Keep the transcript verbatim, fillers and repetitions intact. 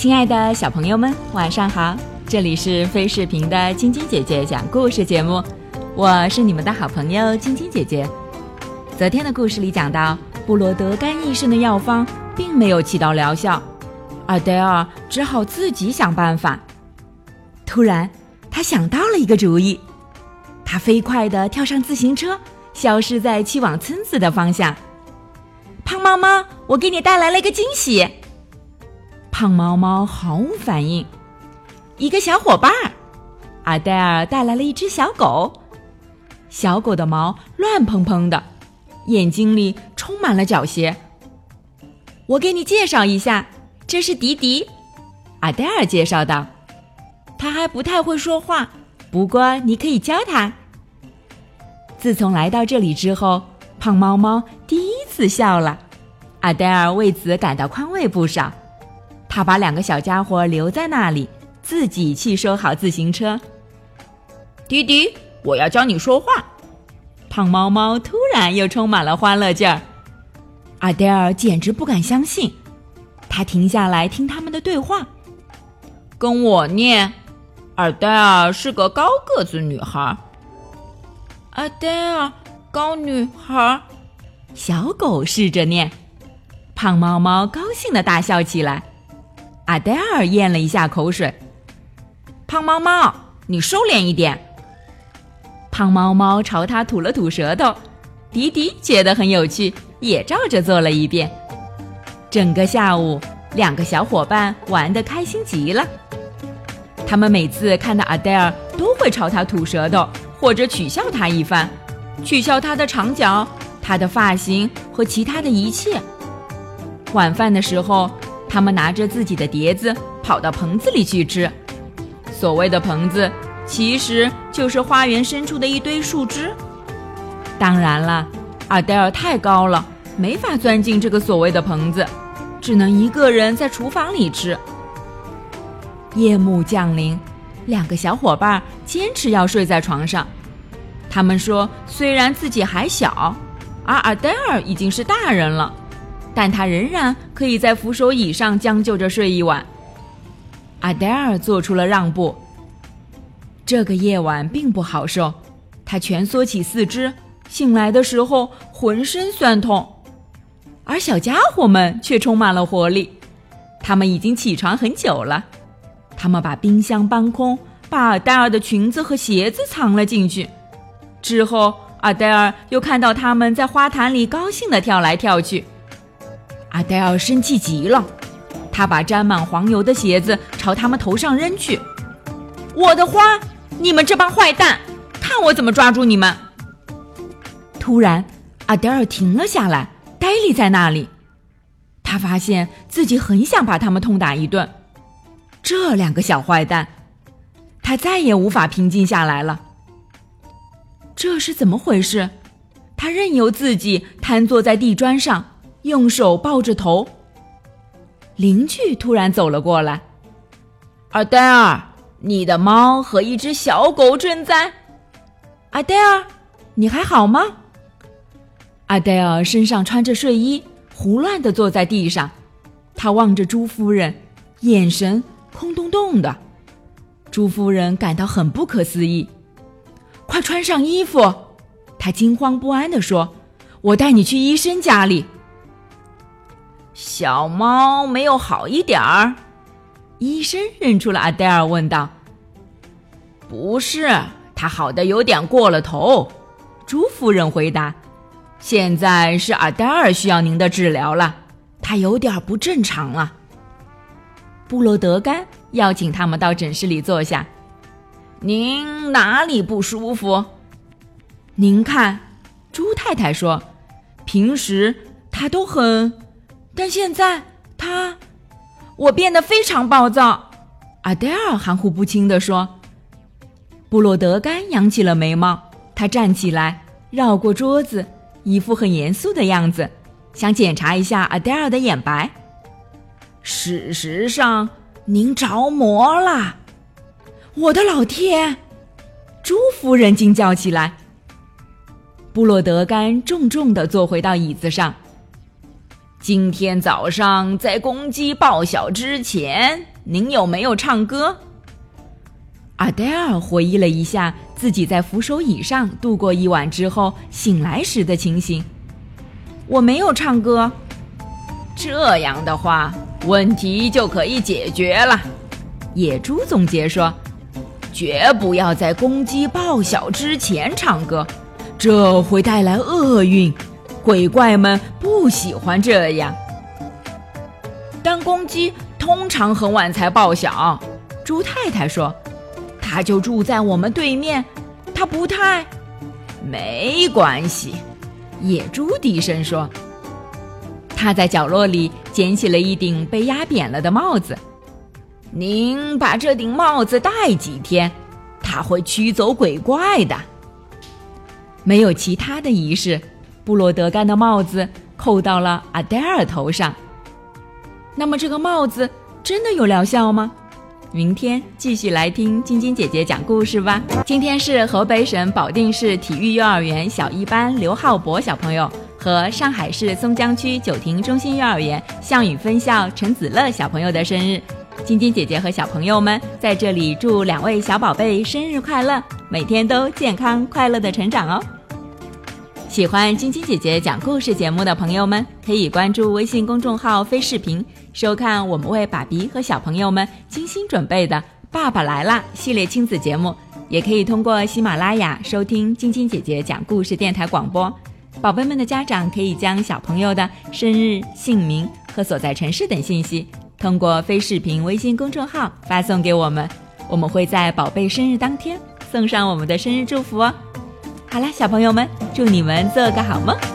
亲爱的小朋友们，晚上好！这里是飞视频的晶晶姐姐讲故事节目，我是你们的好朋友晶晶姐姐。昨天的故事里讲到，布罗德甘医生的药方并没有起到疗效，阿黛尔只好自己想办法。突然，他想到了一个主意，他飞快地跳上自行车，消失在去往村子的方向。胖猫猫，我给你带来了一个惊喜。胖猫猫毫无反应。一个小伙伴儿，阿黛尔带来了一只小狗，小狗的毛乱蓬蓬的，眼睛里充满了狡黠。我给你介绍一下，这是迪迪，阿黛尔介绍道。他还不太会说话，不过你可以教他。自从来到这里之后，胖猫猫第一次笑了，阿黛尔为此感到宽慰不少。他把两个小家伙留在那里，自己去收好自行车。迪迪，我要教你说话。胖猫猫突然又充满了欢乐劲儿。阿黛尔简直不敢相信，他停下来听他们的对话。跟我念，阿黛尔是个高个子女孩。阿黛尔，高女孩。小狗试着念，胖猫猫高兴地大笑起来。阿黛尔咽了一下口水。胖猫猫，你收敛一点。胖猫猫朝他吐了吐舌头。迪迪觉得很有趣，也照着做了一遍。整个下午，两个小伙伴玩得开心极了。他们每次看到阿黛尔，都会朝他吐舌头，或者取笑他一番，取笑他的长脚、他的发型和其他的一切。晚饭的时候，他们拿着自己的碟子跑到棚子里去吃。所谓的棚子，其实就是花园深处的一堆树枝。当然了，阿黛尔太高了，没法钻进这个所谓的棚子，只能一个人在厨房里吃。夜幕降临，两个小伙伴坚持要睡在床上。他们说，虽然自己还小，而阿黛尔已经是大人了，但他仍然可以在扶手椅上将就着睡一晚。阿黛尔做出了让步。这个夜晚并不好受，他蜷缩起四肢，醒来的时候浑身酸痛。而小家伙们却充满了活力，他们已经起床很久了。他们把冰箱搬空，把阿黛尔的裙子和鞋子藏了进去。之后，阿黛尔又看到他们在花坛里高兴地跳来跳去。阿黛尔生气极了，她把沾满黄油的鞋子朝他们头上扔去。我的花，你们这帮坏蛋，看我怎么抓住你们！突然，阿黛尔停了下来，呆立在那里。她发现自己很想把他们痛打一顿。这两个小坏蛋，她再也无法平静下来了。这是怎么回事？她任由自己瘫坐在地砖上，用手抱着头。邻居突然走了过来。阿黛尔，你的猫和一只小狗正在……阿黛尔，你还好吗？阿黛尔身上穿着睡衣，胡乱地坐在地上。她望着朱夫人，眼神空洞洞的。朱夫人感到很不可思议。快穿上衣服！她惊慌不安地说，我带你去医生家里。小猫没有好一点儿？医生认出了阿黛尔，问道。不是，它好得有点过了头。朱夫人回答。现在是阿黛尔需要您的治疗了，她有点不正常了。布罗德甘邀请他们到诊室里坐下。您哪里不舒服？您看，朱太太说，平时她都很，但现在她，我变得非常暴躁。阿黛尔含糊不清地说。布罗德甘扬起了眉毛，他站起来，绕过桌子，一副很严肃的样子，想检查一下阿黛尔的眼白。事实上，您着魔了。我的老天！朱夫人惊叫起来。布洛德甘重重地坐回到椅子上。 今天早上在公鸡报晓之前，您有没有唱歌？阿黛尔回忆了一下自己在扶手椅上度过一晚之后醒来时的情形。我没有唱歌。这样的话，问题就可以解决了。野猪总结说，绝不要在公鸡报晓之前唱歌，这会带来厄运，鬼怪们不喜欢这样。但公鸡通常很晚才报晓，猪太太说，他就住在我们对面，他不太……没关系，野猪低声说。他在角落里捡起了一顶被压扁了的帽子。您把这顶帽子戴几天，它会驱走鬼怪的。没有其他的仪式，布罗德干的帽子扣到了阿黛尔头上。那么这个帽子真的有疗效吗？明天继续来听晶晶姐姐讲故事吧。今天是河北省保定市体育幼儿园小一班刘浩博小朋友和上海市松江区九亭中心幼儿园项羽分校陈子乐小朋友的生日。晶晶姐姐和小朋友们在这里祝两位小宝贝生日快乐，每天都健康快乐的成长哦。喜欢晶晶姐姐讲故事节目的朋友们，可以关注微信公众号飞视频，收看我们为爸比和小朋友们精心准备的爸爸来啦系列亲子节目，也可以通过喜马拉雅收听晶晶姐姐讲故事电台广播。宝贝们的家长可以将小朋友的生日、姓名和所在城市等信息通过飞视频微信公众号发送给我们，我们会在宝贝生日当天送上我们的生日祝福哦。好了，小朋友们，祝你们做个好梦。